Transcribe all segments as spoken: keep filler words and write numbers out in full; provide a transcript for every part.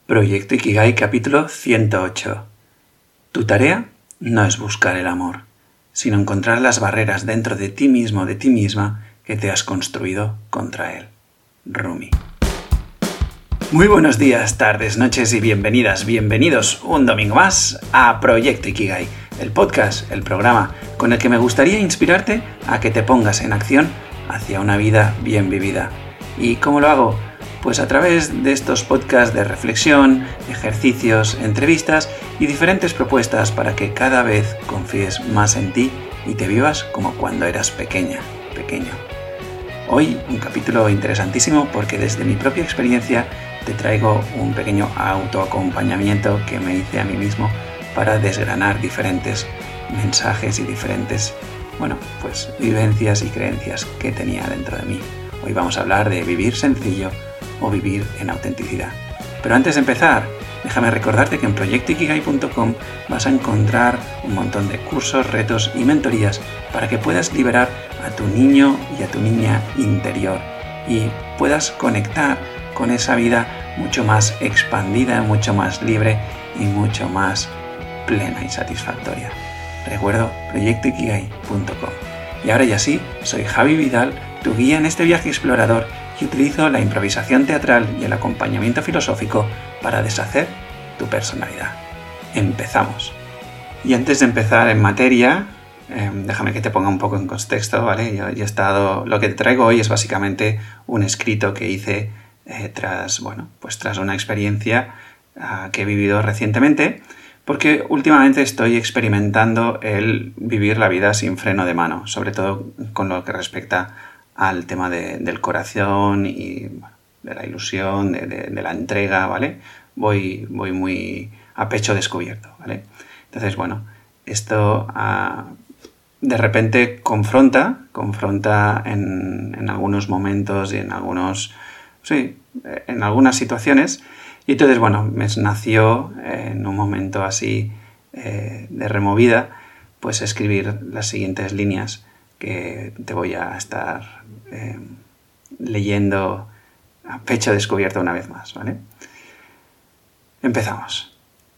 Proyecto Ikigai capítulo ciento ocho. Tu tarea no es buscar el amor, sino encontrar las barreras dentro de ti mismo, de ti misma, que te has construido contra él. Rumi. Muy buenos días, tardes, noches y bienvenidas, bienvenidos un domingo más a Proyecto Ikigai, el podcast, el programa con el que me gustaría inspirarte a que te pongas en acción hacia una vida bien vivida. ¿Y cómo lo hago? Pues a través de estos podcasts de reflexión, ejercicios, entrevistas y diferentes propuestas para que cada vez confíes más en ti y te vivas como cuando eras pequeña, pequeño. Hoy un capítulo interesantísimo porque desde mi propia experiencia te traigo un pequeño autoacompañamiento que me hice a mí mismo para desgranar diferentes mensajes y diferentes, bueno, pues vivencias y creencias que tenía dentro de mí. Hoy vamos a hablar de vivir sencillo o vivir en autenticidad. Pero antes de empezar, déjame recordarte que en proyecto ikigai punto com vas a encontrar un montón de cursos, retos y mentorías para que puedas liberar a tu niño y a tu niña interior y puedas conectar con esa vida mucho más expandida, mucho más libre y mucho más plena y satisfactoria. Recuerdo proyecto ikigai punto com. Y ahora ya sí, soy Javi Vidal, tu guía en este viaje explorador, y utilizo la improvisación teatral y el acompañamiento filosófico para deshacer tu personalidad. Empezamos. Y antes de empezar en materia, eh, déjame que te ponga un poco en contexto, ¿vale? Yo, yo he estado, lo que te traigo hoy es básicamente un escrito que hice eh, tras, bueno, pues tras una experiencia uh, que he vivido recientemente, porque últimamente estoy experimentando el vivir la vida sin freno de mano, sobre todo con lo que respecta al tema de, del corazón y bueno, de la ilusión, de, de, de la entrega, ¿vale? Voy, voy muy a pecho descubierto, ¿vale? Entonces, bueno, esto uh, de repente confronta, confronta en, en algunos momentos y en algunos, sí, en algunas situaciones. Y entonces, bueno, me nació eh, en un momento así eh, de removida, pues escribir las siguientes líneas que te voy a estar eh, leyendo a pecho descubierto una vez más, ¿vale? Empezamos.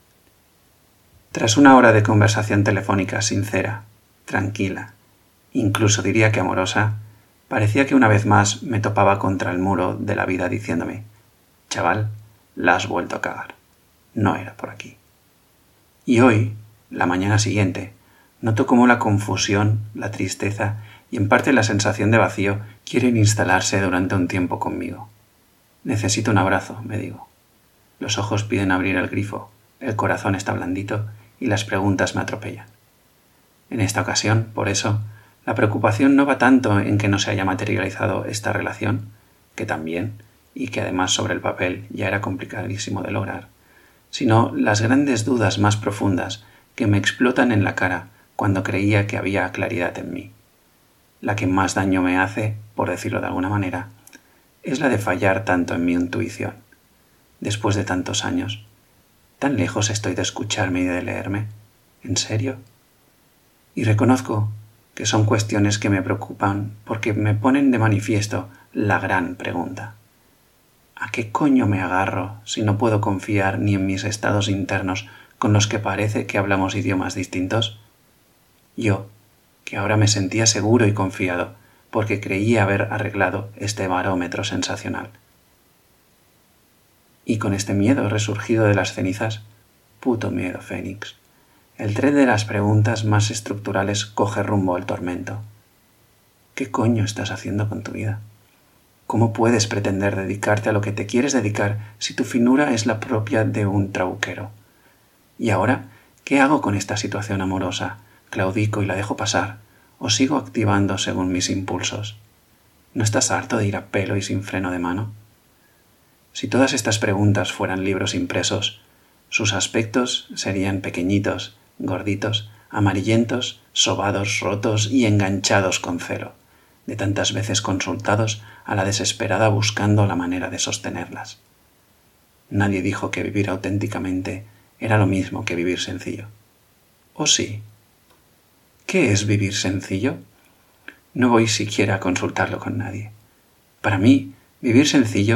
Tras una hora de conversación telefónica sincera, tranquila, incluso diría que amorosa, parecía que una vez más me topaba contra el muro de la vida diciéndome: chaval, la has vuelto a cagar. No era por aquí. Y hoy, la mañana siguiente, noto cómo la confusión, la tristeza y en parte la sensación de vacío quieren instalarse durante un tiempo conmigo. Necesito un abrazo, me digo. Los ojos piden abrir el grifo, el corazón está blandito y las preguntas me atropellan. En esta ocasión, por eso, la preocupación no va tanto en que no se haya materializado esta relación, que también, y que además sobre el papel ya era complicadísimo de lograr, sino las grandes dudas más profundas que me explotan en la cara cuando creía que había claridad en mí. La que más daño me hace, por decirlo de alguna manera, es la de fallar tanto en mi intuición. Después de tantos años, ¿tan lejos estoy de escucharme y de leerme? ¿En serio? Y reconozco que son cuestiones que me preocupan porque me ponen de manifiesto la gran pregunta. ¿A qué coño me agarro si no puedo confiar ni en mis estados internos con los que parece que hablamos idiomas distintos? Yo, que ahora me sentía seguro y confiado, porque creía haber arreglado este barómetro sensacional. Y con este miedo resurgido de las cenizas, puto miedo fénix, el tren de las preguntas más estructurales coge rumbo al tormento. ¿Qué coño estás haciendo con tu vida? ¿Cómo puedes pretender dedicarte a lo que te quieres dedicar si tu finura es la propia de un trauquero? ¿Y ahora qué hago con esta situación amorosa? ¿Claudico y la dejo pasar? ¿O sigo activando según mis impulsos? ¿No estás harto de ir a pelo y sin freno de mano? Si todas estas preguntas fueran libros impresos, sus aspectos serían pequeñitos, gorditos, amarillentos, sobados, rotos y enganchados con celo, de tantas veces consultados a la desesperada buscando la manera de sostenerlas. Nadie dijo que vivir auténticamente era lo mismo que vivir sencillo. ¿O sí? ¿Qué es vivir sencillo? No voy siquiera a consultarlo con nadie. Para mí, vivir sencillo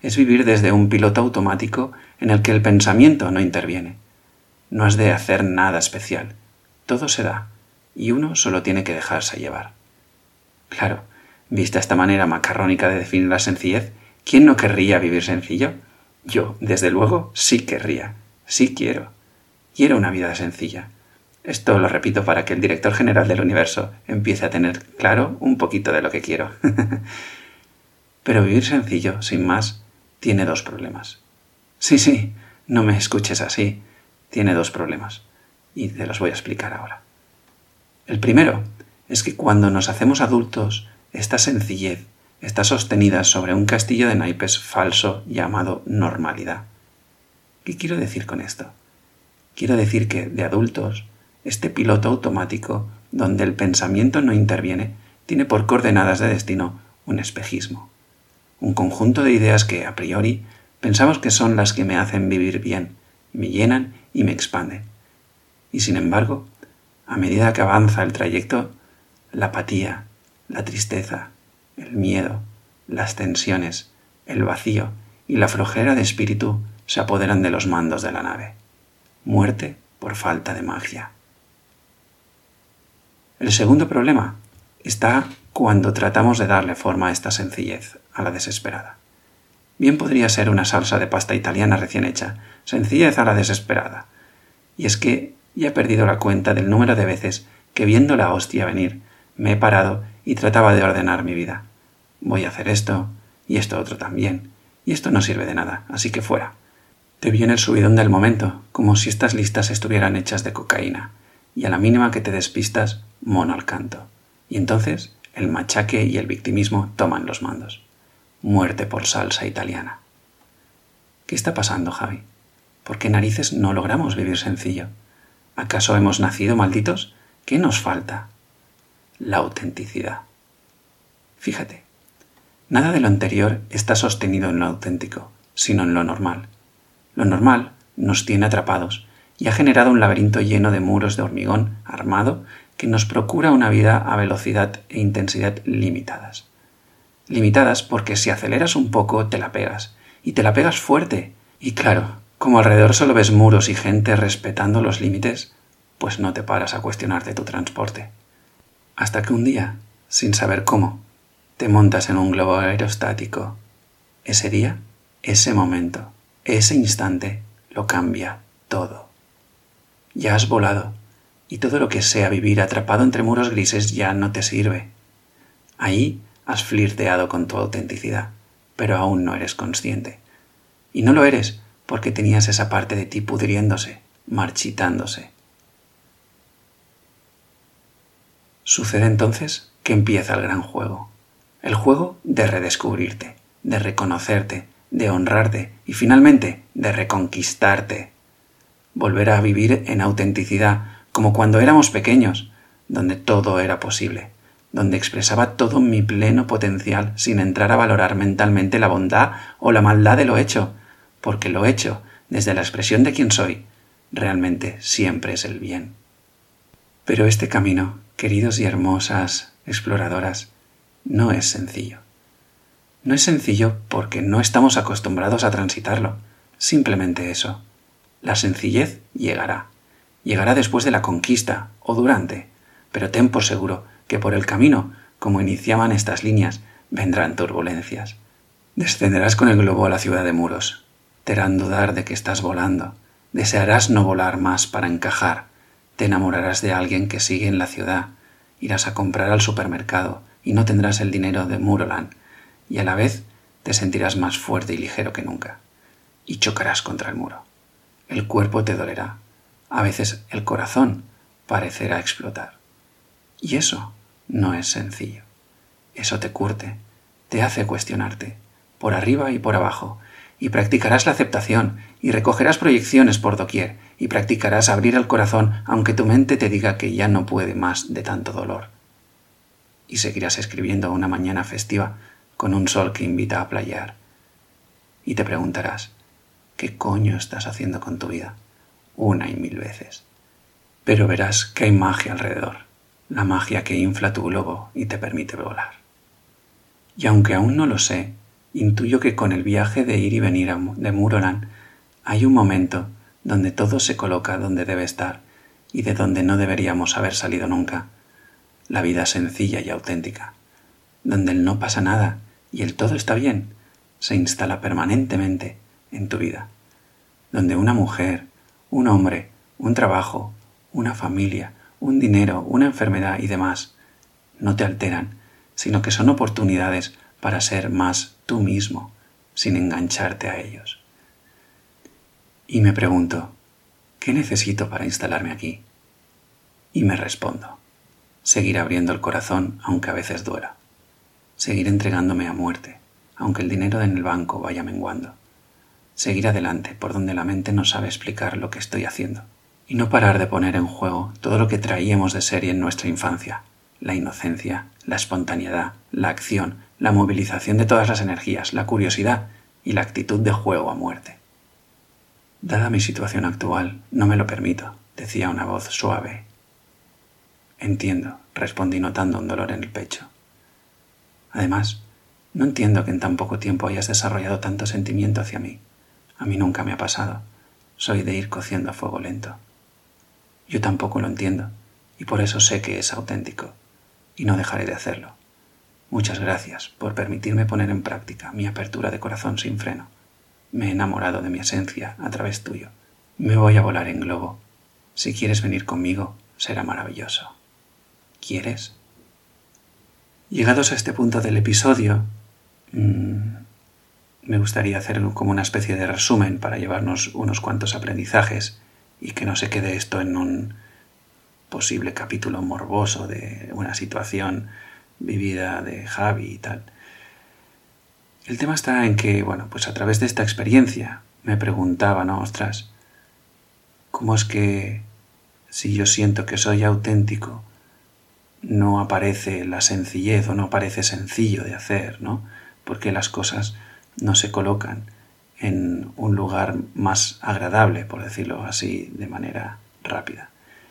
es vivir desde un piloto automático en el que el pensamiento no interviene. No has de hacer nada especial. Todo se da, y uno solo tiene que dejarse llevar. Claro, vista esta manera macarrónica de definir la sencillez, ¿quién no querría vivir sencillo? Yo, desde luego, sí querría, sí quiero. Quiero una vida sencilla. Esto lo repito para que el director general del universo empiece a tener claro un poquito de lo que quiero. Pero vivir sencillo, sin más, tiene dos problemas. Sí, sí, no me escuches así. Tiene dos problemas. Y te los voy a explicar ahora. El primero es que cuando nos hacemos adultos, esta sencillez está sostenida sobre un castillo de naipes falso llamado normalidad. ¿Qué quiero decir con esto? Quiero decir que, de adultos, este piloto automático, donde el pensamiento no interviene, tiene por coordenadas de destino un espejismo. Un conjunto de ideas que, a priori, pensamos que son las que me hacen vivir bien, me llenan y me expanden. Y sin embargo, a medida que avanza el trayecto, la apatía, la tristeza, el miedo, las tensiones, el vacío y la flojera de espíritu se apoderan de los mandos de la nave. Muerte por falta de magia. El segundo problema está cuando tratamos de darle forma a esta sencillez, a la desesperada. Bien podría ser una salsa de pasta italiana recién hecha, sencillez a la desesperada. Y es que ya he perdido la cuenta del número de veces que, viendo la hostia venir, me he parado y trataba de ordenar mi vida. Voy a hacer esto, y esto otro también, y esto no sirve de nada, así que fuera. Te viene el subidón del momento, como si estas listas estuvieran hechas de cocaína, y a la mínima que te despistas, mono al canto. Y entonces el machaque y el victimismo toman los mandos. Muerte por salsa italiana. ¿Qué está pasando, Javi? ¿Por qué narices no logramos vivir sencillo? ¿Acaso hemos nacido malditos? ¿Qué nos falta? La autenticidad. Fíjate, nada de lo anterior está sostenido en lo auténtico, sino en lo normal. Lo normal nos tiene atrapados y ha generado un laberinto lleno de muros de hormigón armado que nos procura una vida a velocidad e intensidad limitadas. Limitadas porque si aceleras un poco te la pegas, y te la pegas fuerte. Y claro, como alrededor solo ves muros y gente respetando los límites, pues no te paras a cuestionarte tu transporte. Hasta que un día, sin saber cómo, te montas en un globo aerostático. Ese día, ese momento, ese instante lo cambia todo. Ya has volado, y todo lo que sea vivir atrapado entre muros grises ya no te sirve. Ahí has flirteado con tu autenticidad, pero aún no eres consciente. Y no lo eres porque tenías esa parte de ti pudriéndose, marchitándose. Sucede entonces que empieza el gran juego. El juego de redescubrirte, de reconocerte, de honrarte y finalmente de reconquistarte. Volver a vivir en autenticidad como cuando éramos pequeños, donde todo era posible, donde expresaba todo mi pleno potencial sin entrar a valorar mentalmente la bondad o la maldad de lo hecho, porque lo hecho, desde la expresión de quien soy, realmente siempre es el bien. Pero este camino, queridos y hermosas exploradoras, no es sencillo. No es sencillo porque no estamos acostumbrados a transitarlo. Simplemente eso. La sencillez llegará. Llegará después de la conquista o durante, pero ten por seguro que por el camino, como iniciaban estas líneas, vendrán turbulencias. Descenderás con el globo a la ciudad de muros. Te harán dudar de que estás volando. Desearás no volar más para encajar. Te enamorarás de alguien que sigue en la ciudad. Irás a comprar al supermercado y no tendrás el dinero de Muroland. Y a la vez te sentirás más fuerte y ligero que nunca. Y chocarás contra el muro. El cuerpo te dolerá. A veces el corazón parecerá explotar. Y eso no es sencillo. Eso te curte, te hace cuestionarte, por arriba y por abajo, y practicarás la aceptación, y recogerás proyecciones por doquier, y practicarás abrir el corazón aunque tu mente te diga que ya no puede más de tanto dolor. Y seguirás escribiendo una mañana festiva con un sol que invita a playar. Y te preguntarás, ¿qué coño estás haciendo con tu vida? Una y mil veces. Pero verás que hay magia alrededor, la magia que infla tu globo y te permite volar. Y aunque aún no lo sé, intuyo que con el viaje de ir y venir de Murolan hay un momento donde todo se coloca donde debe estar y de donde no deberíamos haber salido nunca. La vida sencilla y auténtica, donde el no pasa nada y el todo está bien, se instala permanentemente en tu vida, donde una mujer, un hombre, un trabajo, una familia, un dinero, una enfermedad y demás no te alteran, sino que son oportunidades para ser más tú mismo, sin engancharte a ellos. Y me pregunto, ¿qué necesito para instalarme aquí? Y me respondo, seguir abriendo el corazón aunque a veces duela, seguir entregándome a muerte, aunque el dinero en el banco vaya menguando, seguir adelante por donde la mente no sabe explicar lo que estoy haciendo, y no parar de poner en juego todo lo que traíamos de serie en nuestra infancia, la inocencia, la espontaneidad, la acción, la movilización de todas las energías, la curiosidad y la actitud de juego a muerte. Dada mi situación actual, no me lo permito, decía una voz suave. Entiendo, respondí notando un dolor en el pecho. Además, no entiendo que en tan poco tiempo hayas desarrollado tanto sentimiento hacia mí. A mí nunca me ha pasado. Soy de ir cociendo a fuego lento. Yo tampoco lo entiendo, y por eso sé que es auténtico, y no dejaré de hacerlo. Muchas gracias por permitirme poner en práctica mi apertura de corazón sin freno. Me he enamorado de mi esencia a través tuyo. Me voy a volar en globo. Si quieres venir conmigo, será maravilloso. ¿Quieres? Llegados a este punto del episodio, mmm, me gustaría hacer como una especie de resumen para llevarnos unos cuantos aprendizajes y que no se quede esto en un posible capítulo morboso de una situación vivida de Javi y tal. El tema está en que, bueno, pues a través de esta experiencia me preguntaba, ¿no? Ostras, ¿cómo es que si yo siento que soy auténtico no aparece la sencillez o no parece sencillo de hacer, ¿no? Porque las cosas no se colocan en un lugar más agradable, por decirlo así, de manera rápida.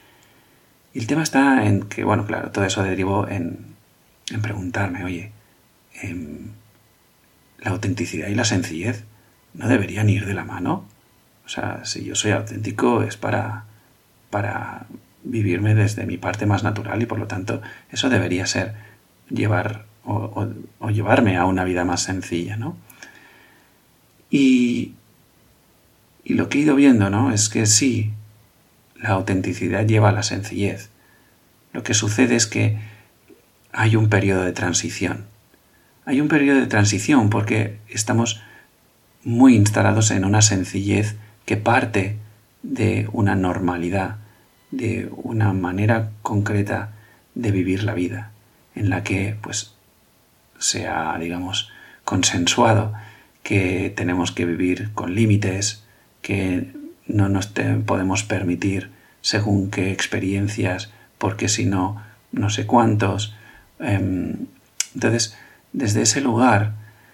Y el tema está en que, bueno, claro, todo eso derivó en, en preguntarme, oye, eh, ¿la autenticidad y la sencillez no deberían ir de la mano? O sea, si yo soy auténtico es para, para vivirme desde mi parte más natural y por lo tanto eso debería ser llevar o, o, o llevarme a una vida más sencilla, ¿no? Y, y lo que he ido viendo, ¿no? Es que sí, la autenticidad lleva a la sencillez. Lo que sucede es que hay un periodo de transición. Hay un periodo de transición porque estamos muy instalados en una sencillez que parte de una normalidad, de una manera concreta de vivir la vida, en la que pues se ha, digamos, consensuado que tenemos que vivir con límites, que no nos te, podemos permitir según qué experiencias, porque si no, no sé cuántos. Eh, entonces, desde ese lugar,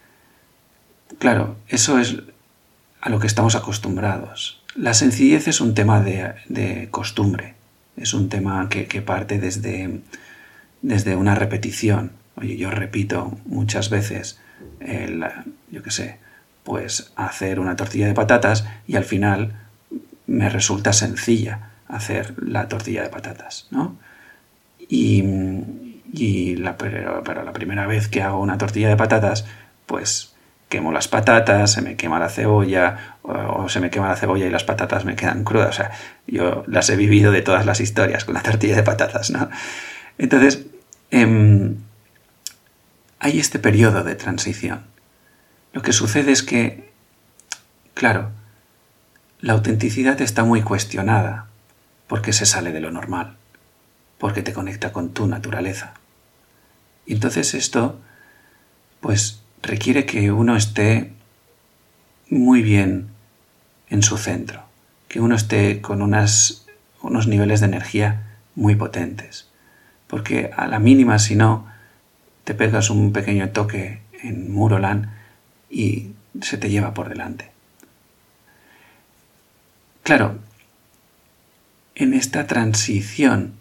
claro, eso es a lo que estamos acostumbrados. La sencillez es un tema de, de costumbre, es un tema que, que parte desde, desde una repetición. Oye, yo repito muchas veces, el, yo qué sé, pues hacer una tortilla de patatas y al final me resulta sencilla hacer la tortilla de patatas, ¿no? Y, y la, pero, pero la primera vez que hago una tortilla de patatas, pues quemo las patatas, se me quema la cebolla, o, o se me quema la cebolla y las patatas me quedan crudas. O sea, yo las he vivido de todas las historias con la tortilla de patatas, ¿no? Entonces, eh, hay este periodo de transición. Lo que sucede es que, claro, la autenticidad está muy cuestionada porque se sale de lo normal, porque te conecta con tu naturaleza. Y entonces esto, pues, requiere que uno esté muy bien en su centro, que uno esté con unas, unos niveles de energía muy potentes, porque a la mínima, si no, te pegas un pequeño toque en Murolan y se te lleva por delante. Claro, en esta transición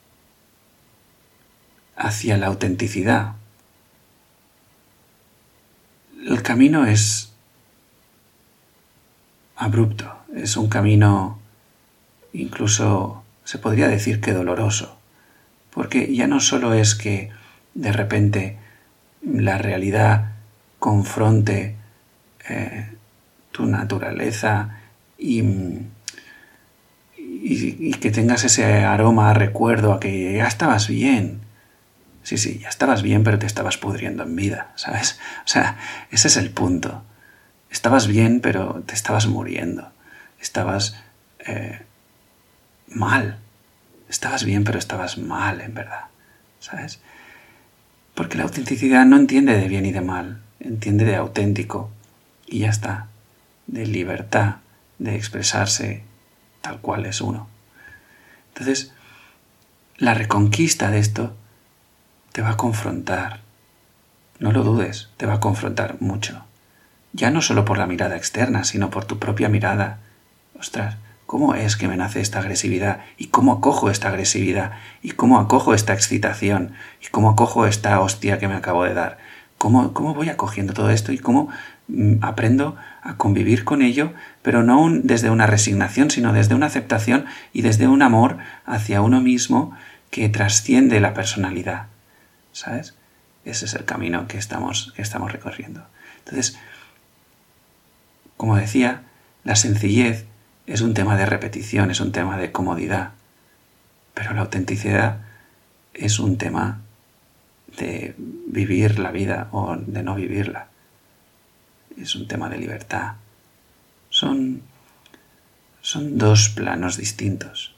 hacia la autenticidad, camino es abrupto, es un camino incluso se podría decir que doloroso, porque ya no solo es que de repente la realidad confronte eh, tu naturaleza y, y, y que tengas ese aroma a recuerdo a que ya estabas bien. Sí, sí, ya estabas bien, pero te estabas pudriendo en vida, ¿sabes? O sea, ese es el punto. Estabas bien, pero te estabas muriendo. Estabas eh, mal. Estabas bien, pero estabas mal, en verdad, ¿sabes? Porque la autenticidad no entiende de bien y de mal, entiende de auténtico y ya está, de libertad, de expresarse tal cual es uno. Entonces, la reconquista de esto te va a confrontar, no lo dudes, te va a confrontar mucho. Ya no solo por la mirada externa, sino por tu propia mirada. Ostras, ¿cómo es que me nace esta agresividad? ¿Y cómo acojo esta agresividad? ¿Y cómo acojo esta excitación? ¿Y cómo acojo esta hostia que me acabo de dar? ¿Cómo, cómo voy acogiendo todo esto? ¿Y cómo mm, aprendo a convivir con ello? Pero no un, desde una resignación, sino desde una aceptación y desde un amor hacia uno mismo que trasciende la personalidad. ¿Sabes? Ese es el camino que estamos, que estamos recorriendo. Entonces, como decía, la sencillez es un tema de repetición, es un tema de comodidad, pero la autenticidad es un tema de vivir la vida o de no vivirla. Es un tema de libertad. Son, son dos planos distintos.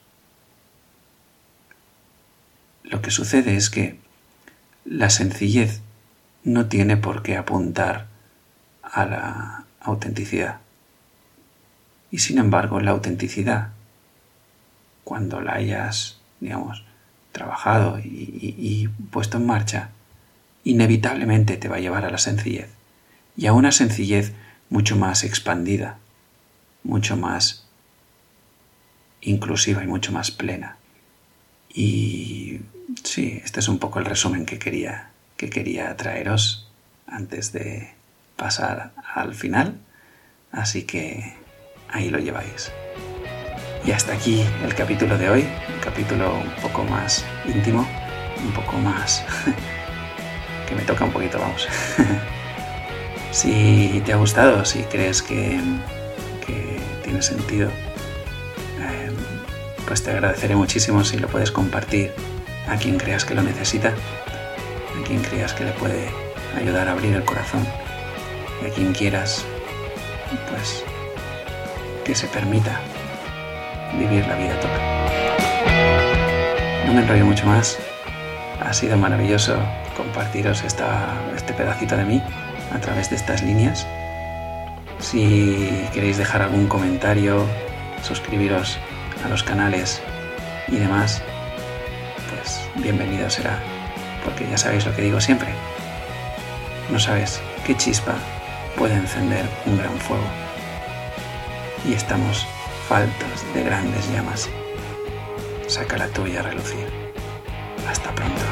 Lo que sucede es que la sencillez no tiene por qué apuntar a la autenticidad. Y sin embargo, la autenticidad, cuando la hayas, digamos, trabajado y, y, y puesto en marcha, inevitablemente te va a llevar a la sencillez. Y a una sencillez mucho más expandida, mucho más inclusiva y mucho más plena. Y sí, este es un poco el resumen que quería, que quería traeros antes de pasar al final. Así que ahí lo lleváis. Y hasta aquí el capítulo de hoy, un capítulo un poco más íntimo, un poco más que me toca un poquito, vamos. Si te ha gustado, si crees que, que tiene sentido, eh, pues te agradeceré muchísimo si lo puedes compartir a quien creas que lo necesita, a quien creas que le puede ayudar a abrir el corazón, y a quien quieras, pues, que se permita vivir la vida a tope. No me enrollo mucho más. Ha sido maravilloso compartiros esta, este pedacito de mí a través de estas líneas. Si queréis dejar algún comentario, suscribiros a los canales y demás, pues bienvenido será, porque ya sabéis lo que digo siempre. No sabes qué chispa puede encender un gran fuego. Y estamos faltos de grandes llamas. Saca la tuya a relucir. Hasta pronto.